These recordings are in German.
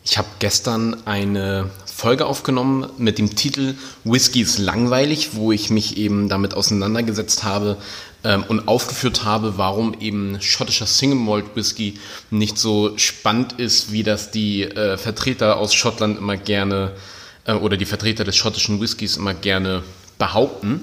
Ich habe gestern eine Folge aufgenommen mit dem Titel Whisky ist langweilig, wo ich mich eben damit auseinandergesetzt habe und aufgeführt habe, warum eben schottischer Single Malt Whisky nicht so spannend ist, wie das die Vertreter aus Schottland immer gerne oder die Vertreter des schottischen Whiskys immer gerne behaupten.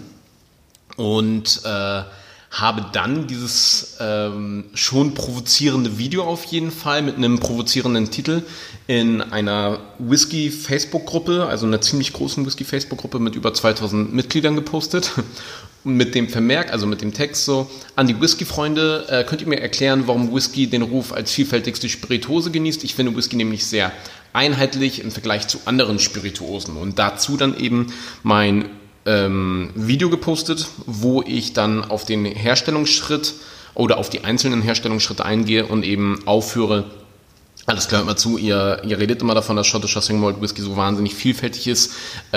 Und habe dann dieses schon provozierende Video auf jeden Fall mit einem provozierenden Titel in einer Whisky-Facebook-Gruppe, also einer ziemlich großen Whisky-Facebook-Gruppe mit über 2000 Mitgliedern gepostet. Mit dem Vermerk, also mit dem Text so: An die Whisky-Freunde, könnt ihr mir erklären, warum Whisky den Ruf als vielfältigste Spirituose genießt? Ich finde Whisky nämlich sehr einheitlich im Vergleich zu anderen Spirituosen. Und dazu dann eben mein Video gepostet, wo ich dann auf den Herstellungsschritt oder auf die einzelnen Herstellungsschritte eingehe und eben aufführe, alles klar, hört mal zu, ihr redet immer davon, dass schottischer Single Malt Whisky so wahnsinnig vielfältig ist,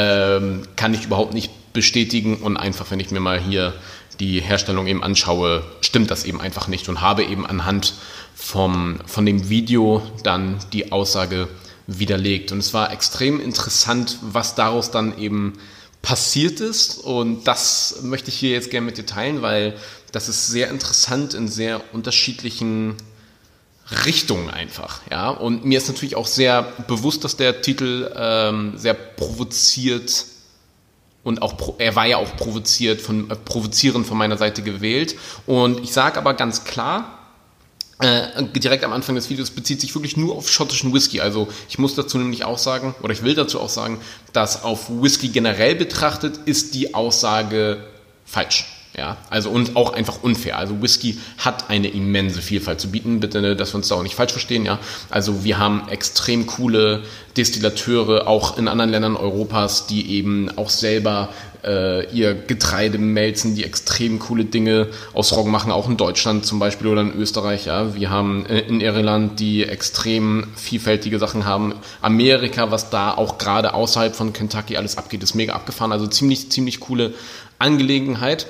kann ich überhaupt nicht bestätigen, und einfach, wenn ich mir mal hier die Herstellung eben anschaue, stimmt das eben einfach nicht, und habe eben anhand von dem Video dann die Aussage widerlegt. Und es war extrem interessant, was daraus dann eben passiert ist, und das möchte ich hier jetzt gerne mit dir teilen, weil das ist sehr interessant in sehr unterschiedlichen Richtungen einfach, ja. Und mir ist natürlich auch sehr bewusst, dass der Titel sehr provoziert und auch er war ja auch provozierend von meiner Seite gewählt, und ich sage aber ganz klar, direkt am Anfang des Videos, bezieht sich wirklich nur auf schottischen Whisky. Also ich muss dazu nämlich auch sagen, oder ich will dazu auch sagen, dass auf Whisky generell betrachtet ist die Aussage falsch. Ja, also und auch einfach unfair. Also Whisky hat eine immense Vielfalt zu bieten, bitte, dass wir uns da auch nicht falsch verstehen. Ja, also wir haben extrem coole Destillateure auch in anderen Ländern Europas, die eben auch selber ihr Getreide melzen, die extrem coole Dinge aus Roggen machen, auch in Deutschland zum Beispiel oder in Österreich. Ja, wir haben in Irland, die extrem vielfältige Sachen haben. Amerika, was da auch gerade außerhalb von Kentucky alles abgeht, ist mega abgefahren. Also ziemlich coole Angelegenheit.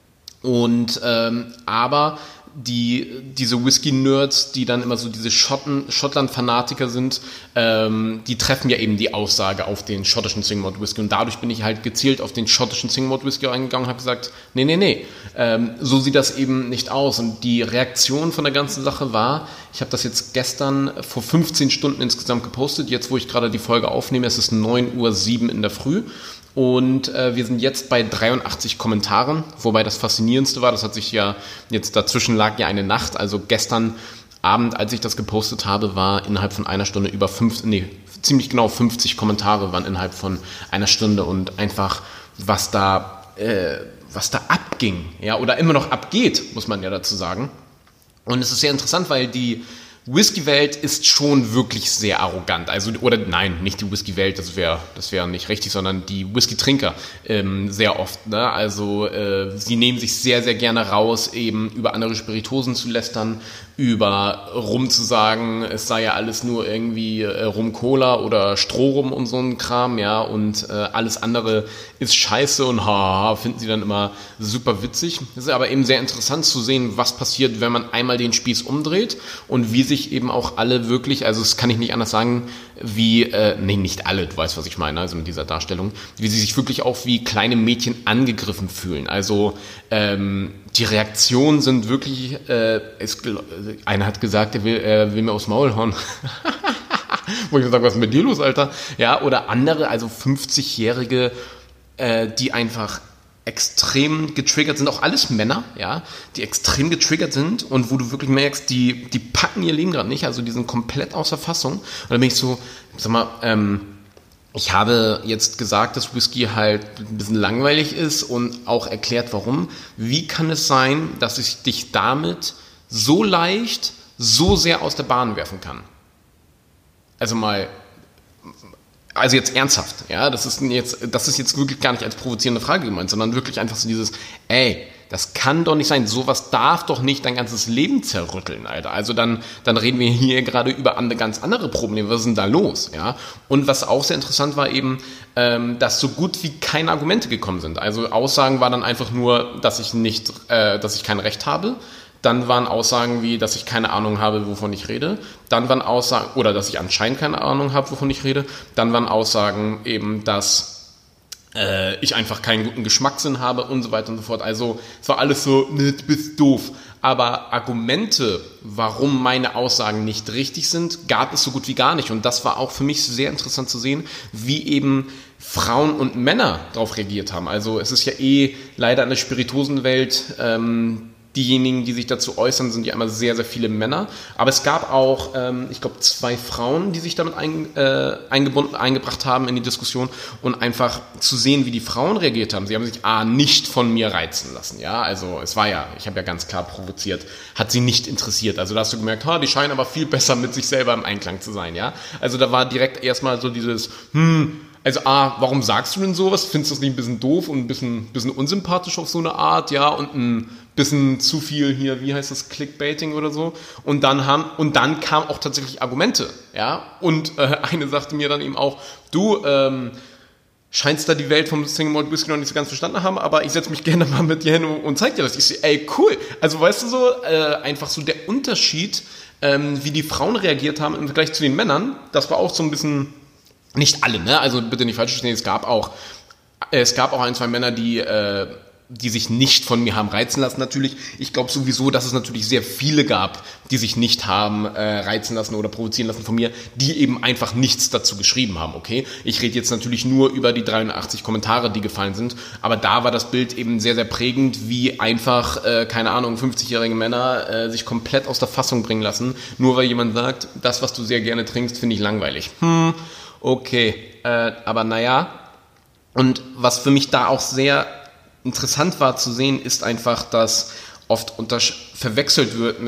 Und aber diese Whisky-Nerds, die dann immer so diese Schottland-Fanatiker sind, die treffen ja eben die Aussage auf den schottischen Single Malt Whisky, und dadurch bin ich halt gezielt auf den schottischen Single Malt Whisky eingegangen und habe gesagt, nee, so sieht das eben nicht aus. Und die Reaktion von der ganzen Sache war, ich habe das jetzt gestern vor 15 Stunden insgesamt gepostet, jetzt wo ich gerade die Folge aufnehme, es ist 9:07 Uhr in der Früh. Und wir sind jetzt bei 83 Kommentaren, wobei das Faszinierendste war, das hat sich ja jetzt, dazwischen lag ja eine Nacht, also gestern Abend, als ich das gepostet habe, war innerhalb von einer Stunde ziemlich genau 50 Kommentare waren innerhalb von einer Stunde, und einfach, was da abging, ja, oder immer noch abgeht, muss man ja dazu sagen. Und es ist sehr interessant, weil die Whisky-Welt ist schon wirklich sehr arrogant. Also, oder nein, nicht die Whisky-Welt, das wäre nicht richtig, sondern die Whisky-Trinker sehr oft. Ne? Also sie nehmen sich sehr, sehr gerne raus, eben über andere Spirituosen zu lästern, über Rum zu sagen, es sei ja alles nur irgendwie Rum-Cola oder Strohrum und so ein Kram, ja, und alles andere ist scheiße und finden sie dann immer super witzig. Es ist aber eben sehr interessant zu sehen, was passiert, wenn man einmal den Spieß umdreht, und wie sich eben auch alle wirklich, also das kann ich nicht anders sagen, nicht alle, du weißt, was ich meine, also mit dieser Darstellung, wie sie sich wirklich auch wie kleine Mädchen angegriffen fühlen. Also die Reaktionen sind wirklich, einer hat gesagt, er will mir aufs Maul hauen. Wo ich mir sage, was ist mit dir los, Alter? Ja, oder andere, also 50-Jährige, die einfach extrem getriggert sind, auch alles Männer, ja, die extrem getriggert sind, und wo du wirklich merkst, die packen ihr Leben gerade nicht, also die sind komplett außer Fassung. Und dann bin ich so, sag mal, ich habe jetzt gesagt, dass Whisky halt ein bisschen langweilig ist und auch erklärt, warum. Wie kann es sein, dass ich dich damit so leicht, so sehr aus der Bahn werfen kann? Also jetzt ernsthaft, ja, das ist jetzt wirklich gar nicht als provozierende Frage gemeint, sondern wirklich einfach so dieses, das kann doch nicht sein, sowas darf doch nicht dein ganzes Leben zerrütteln, Alter. Also dann reden wir hier gerade über ganz andere Probleme, was ist denn da los, ja? Und was auch sehr interessant war eben, dass so gut wie keine Argumente gekommen sind. Also Aussagen war dann einfach nur, dass ich kein Recht habe, Dann waren Aussagen wie, dass ich keine Ahnung habe, wovon ich rede. Dann waren Aussagen, oder dass ich anscheinend keine Ahnung habe, wovon ich rede. Dann waren Aussagen eben, dass ich einfach keinen guten Geschmackssinn habe und so weiter und so fort. Also es war alles so, ne, du bist doof. Aber Argumente, warum meine Aussagen nicht richtig sind, gab es so gut wie gar nicht. Und das war auch für mich sehr interessant zu sehen, wie eben Frauen und Männer darauf reagiert haben. Also es ist ja leider in der Spirituosenwelt, diejenigen, die sich dazu äußern, sind ja immer sehr, sehr viele Männer. Aber es gab auch, ich glaube, 2 Frauen, die sich damit eingebracht haben in die Diskussion und einfach zu sehen, wie die Frauen reagiert haben. Sie haben sich nicht von mir reizen lassen. Ja, also es war ja, ich habe ja ganz klar provoziert, hat sie nicht interessiert. Also da hast du gemerkt, die scheinen aber viel besser mit sich selber im Einklang zu sein. Ja, also da war direkt erstmal so dieses, also warum sagst du denn sowas? Findest du das nicht ein bisschen doof und ein bisschen unsympathisch auf so eine Art, ja, und ein bisschen zu viel hier, wie heißt das, Clickbaiting oder so? Und dann kamen auch tatsächlich Argumente, ja, und eine sagte mir dann eben auch, du scheinst da die Welt vom Single Malt Whisky noch nicht so ganz verstanden haben, aber ich setze mich gerne mal mit dir hin und zeig dir das. Ich so, ey, cool. Also weißt du so, einfach so der Unterschied, wie die Frauen reagiert haben im Vergleich zu den Männern, das war auch so ein bisschen. Nicht alle, ne? Also bitte nicht falsch verstehen, es gab auch 1, 2 Männer, die sich nicht von mir haben reizen lassen natürlich. Ich glaube sowieso, dass es natürlich sehr viele gab, die sich nicht haben reizen lassen oder provozieren lassen von mir, die eben einfach nichts dazu geschrieben haben, okay? Ich rede jetzt natürlich nur über die 83 Kommentare, die gefallen sind, aber da war das Bild eben sehr, sehr prägend, wie einfach, keine Ahnung, 50-jährige Männer sich komplett aus der Fassung bringen lassen, nur weil jemand sagt, das, was du sehr gerne trinkst, finde ich langweilig. Okay, aber naja, und was für mich da auch sehr interessant war zu sehen, ist einfach, dass oft verwechselt wird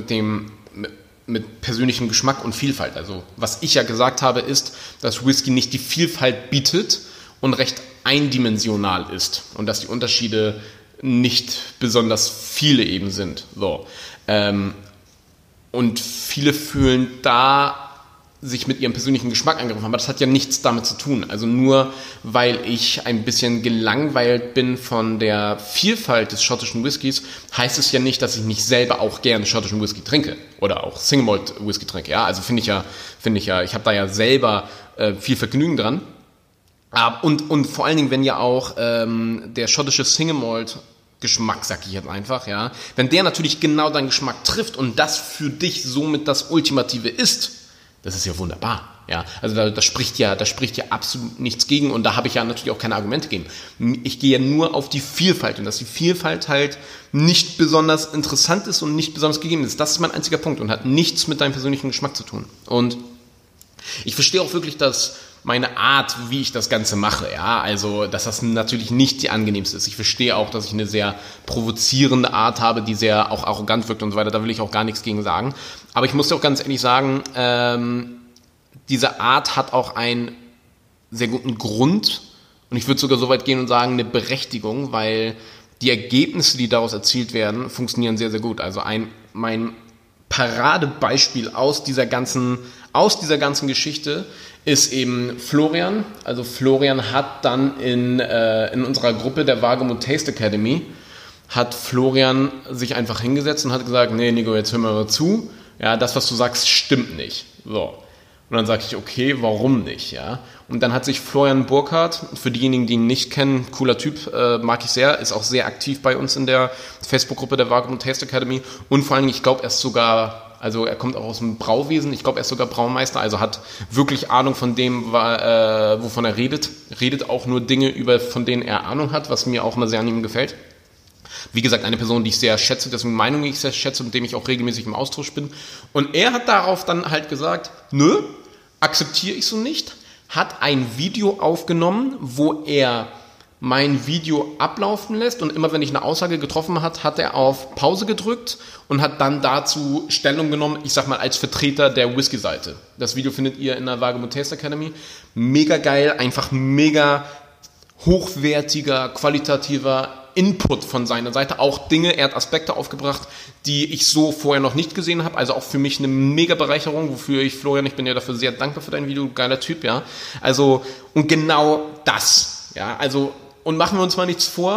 mit persönlichem Geschmack und Vielfalt. Also was ich ja gesagt habe, ist, dass Whisky nicht die Vielfalt bietet und recht eindimensional ist und dass die Unterschiede nicht besonders viele eben sind. So. Und viele fühlen da sich mit ihrem persönlichen Geschmack angegriffen haben, aber das hat ja nichts damit zu tun. Also nur weil ich ein bisschen gelangweilt bin von der Vielfalt des schottischen Whiskys, heißt es ja nicht, dass ich nicht selber auch gerne schottischen Whisky trinke oder auch Single Malt Whisky trinke. Ja, also finde ich ja, ich habe da ja selber viel Vergnügen dran. Und vor allen Dingen, wenn ja auch der schottische Single Malt Geschmack, sag ich jetzt einfach, ja, wenn der natürlich genau deinen Geschmack trifft und das für dich somit das Ultimative ist, das ist ja wunderbar, ja. Also da spricht ja absolut nichts gegen und da habe ich ja natürlich auch keine Argumente gegen. Ich gehe ja nur auf die Vielfalt und dass die Vielfalt halt nicht besonders interessant ist und nicht besonders gegeben ist. Das ist mein einziger Punkt und hat nichts mit deinem persönlichen Geschmack zu tun. Und ich verstehe auch wirklich, dass meine Art, wie ich das Ganze mache, ja, also dass das natürlich nicht die angenehmste ist. Ich verstehe auch, dass ich eine sehr provozierende Art habe, die sehr auch arrogant wirkt und so weiter, da will ich auch gar nichts gegen sagen. Aber ich muss dir auch ganz ehrlich sagen, diese Art hat auch einen sehr guten Grund und ich würde sogar so weit gehen und sagen, eine Berechtigung, weil die Ergebnisse, die daraus erzielt werden, funktionieren sehr, sehr gut. Also mein Paradebeispiel aus dieser ganzen Geschichte ist eben Florian. Also Florian hat dann in unserer Gruppe der Wagemut Taste Academy, hat Florian sich einfach hingesetzt und hat gesagt, nee Nico, jetzt hör mal zu. Ja, das, was du sagst, stimmt nicht. So. Und dann sage ich, okay, warum nicht? Ja? Und dann hat sich Florian Burkhardt, für diejenigen, die ihn nicht kennen, cooler Typ, mag ich sehr, ist auch sehr aktiv bei uns in der Facebook-Gruppe der Wagemut Taste Academy und vor allem, ich glaube, er kommt auch aus dem Brauwesen, ich glaube, er ist sogar Braumeister, also hat wirklich Ahnung von dem, wovon er redet auch nur Dinge, von denen er Ahnung hat, was mir auch mal sehr an ihm gefällt. Wie gesagt, eine Person, die ich sehr schätze, dessen Meinung ich sehr schätze und mit dem ich auch regelmäßig im Austausch bin. Und er hat darauf dann halt gesagt, nö, akzeptiere ich so nicht, hat ein Video aufgenommen, wo er mein Video ablaufen lässt und immer wenn ich eine Aussage getroffen hat er auf Pause gedrückt und hat dann dazu Stellung genommen, ich sag mal als Vertreter der Whisky-Seite. Das Video findet ihr in der Wagemut Taste Academy. Mega geil, einfach mega hochwertiger, qualitativer Input von seiner Seite. Auch Dinge, er hat Aspekte aufgebracht, die ich so vorher noch nicht gesehen habe. Also auch für mich eine mega Bereicherung, wofür ich, Florian, ich bin dir dafür sehr dankbar für dein Video, geiler Typ, ja. Also, und genau das, ja, also, und machen wir uns mal nichts vor,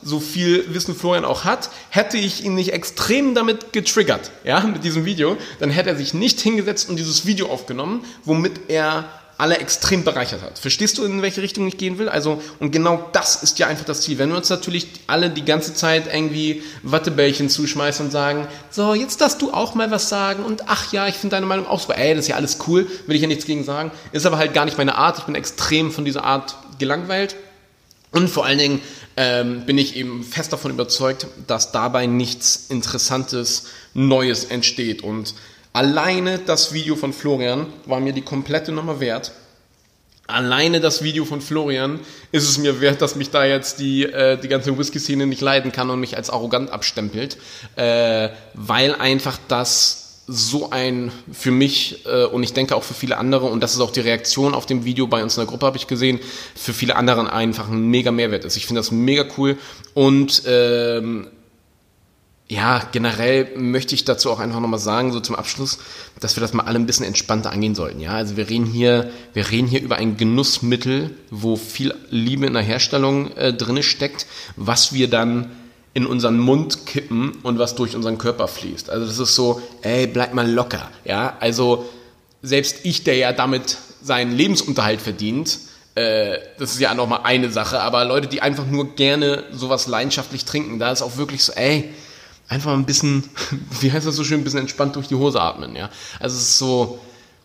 so viel Wissen Florian auch hat, hätte ich ihn nicht extrem damit getriggert, ja, mit diesem Video, dann hätte er sich nicht hingesetzt und dieses Video aufgenommen, womit er alle extrem bereichert hat. Verstehst du, in welche Richtung ich gehen will? Also, und genau das ist ja einfach das Ziel. Wenn wir uns natürlich alle die ganze Zeit irgendwie Wattebällchen zuschmeißen und sagen, so, jetzt darfst du auch mal was sagen und ach ja, ich finde deine Meinung auch super, das ist ja alles cool, will ich ja nichts gegen sagen, ist aber halt gar nicht meine Art, ich bin extrem von dieser Art gelangweilt und vor allen Dingen bin ich eben fest davon überzeugt, dass dabei nichts Interessantes, Neues entsteht und alleine das Video von Florian war mir die komplette Nummer wert. Alleine das Video von Florian ist es mir wert, dass mich da jetzt die ganze Whisky-Szene nicht leiden kann und mich als arrogant abstempelt, weil einfach das so ein, für mich und ich denke auch für viele andere, und das ist auch die Reaktion auf dem Video bei uns in der Gruppe, habe ich gesehen, für viele andere einfach ein mega Mehrwert ist. Ich finde das mega cool und ja, generell möchte ich dazu auch einfach nochmal sagen, so zum Abschluss, dass wir das mal alle ein bisschen entspannter angehen sollten. Ja, also wir reden hier über ein Genussmittel, wo viel Liebe in der Herstellung drinne steckt, was wir dann in unseren Mund kippen und was durch unseren Körper fließt. Also das ist so, bleib mal locker. Ja, also selbst ich, der ja damit seinen Lebensunterhalt verdient, das ist ja nochmal eine Sache, aber Leute, die einfach nur gerne sowas leidenschaftlich trinken, da ist auch wirklich so, einfach mal ein bisschen, wie heißt das so schön, ein bisschen entspannt durch die Hose atmen, ja. Also es ist so,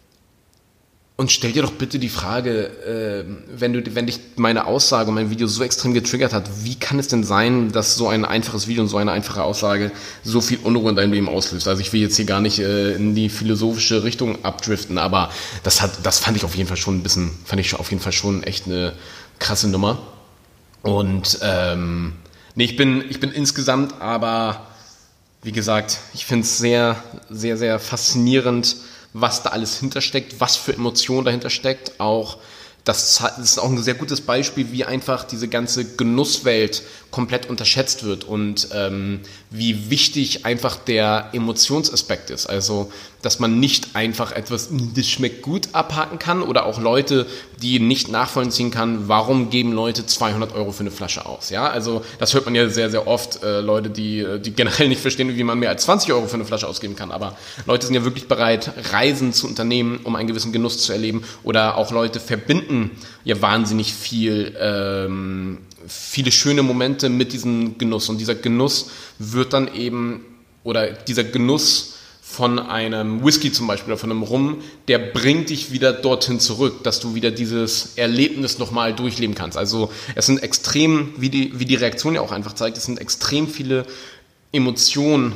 und stell dir doch bitte die Frage, wenn dich meine Aussage, mein Video so extrem getriggert hat, wie kann es denn sein, dass so ein einfaches Video und so eine einfache Aussage so viel Unruhe in deinem Leben auslöst? Also ich will jetzt hier gar nicht in die philosophische Richtung abdriften, aber das fand ich auf jeden Fall schon echt eine krasse Nummer. Und nee, ich bin insgesamt aber, wie gesagt, ich finde es sehr, sehr, sehr faszinierend, was da alles hintersteckt, was für Emotionen dahinter steckt. Auch das ist auch ein sehr gutes Beispiel, wie einfach diese ganze Genusswelt komplett unterschätzt wird und wie wichtig einfach der Emotionsaspekt ist. Also, dass man nicht einfach etwas, das schmeckt gut, abhaken kann oder auch Leute, die nicht nachvollziehen kann, warum geben Leute 200 Euro für eine Flasche aus. Ja, also das hört man ja sehr, sehr oft, Leute, die generell nicht verstehen, wie man mehr als 20 Euro für eine Flasche ausgeben kann. Aber Leute sind ja wirklich bereit, Reisen zu unternehmen, um einen gewissen Genuss zu erleben. Oder auch Leute verbinden ja wahnsinnig viele schöne Momente mit diesem Genuss. Und dieser Genuss wird dann eben, oder dieser Genuss von einem Whisky zum Beispiel oder von einem Rum, der bringt dich wieder dorthin zurück, dass du wieder dieses Erlebnis nochmal durchleben kannst. Also es sind extrem, wie die Reaktion ja auch einfach zeigt, es sind extrem viele Emotionen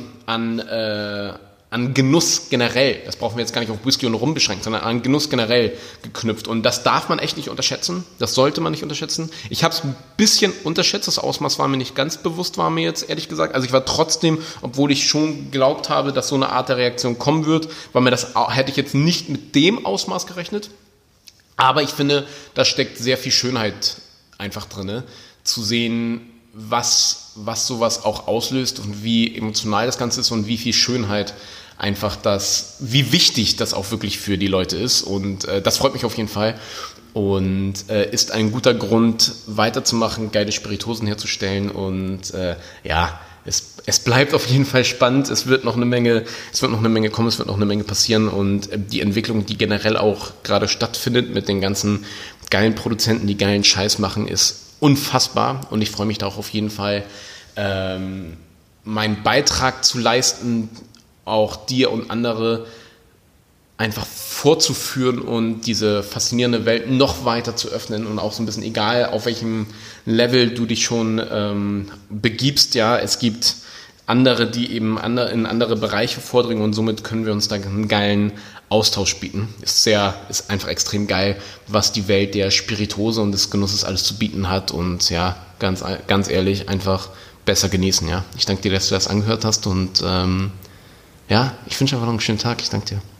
an Genuss generell, das brauchen wir jetzt gar nicht auf Whisky und Rum beschränkt, sondern an Genuss generell geknüpft. Und das darf man echt nicht unterschätzen, das sollte man nicht unterschätzen. Ich habe es ein bisschen unterschätzt, das Ausmaß war mir nicht ganz bewusst, war mir jetzt ehrlich gesagt. Also ich war trotzdem, obwohl ich schon geglaubt habe, dass so eine Art der Reaktion kommen wird, hätte ich jetzt nicht mit dem Ausmaß gerechnet. Aber ich finde, da steckt sehr viel Schönheit einfach drin, zu sehen, was sowas auch auslöst und wie emotional das Ganze ist und wie viel Schönheit einfach wie wichtig das auch wirklich für die Leute ist. Und das freut mich auf jeden Fall und ist ein guter Grund, weiterzumachen, geile Spirituosen herzustellen. Und es bleibt auf jeden Fall spannend. Es wird noch eine Menge kommen, es wird noch eine Menge passieren. Und die Entwicklung, die generell auch gerade stattfindet mit den ganzen geilen Produzenten, die geilen Scheiß machen, ist unfassbar. Und ich freue mich da auch auf jeden Fall, meinen Beitrag zu leisten, auch dir und andere einfach vorzuführen und diese faszinierende Welt noch weiter zu öffnen und auch so ein bisschen, egal auf welchem Level du dich schon begibst, ja, es gibt andere, die eben in andere Bereiche vordringen und somit können wir uns da einen geilen Austausch bieten. Ist einfach extrem geil, was die Welt der Spirituose und des Genusses alles zu bieten hat und ja, ganz ehrlich, einfach besser genießen, ja. Ich danke dir, dass du das angehört hast und ich wünsche einfach noch einen schönen Tag. Ich danke dir.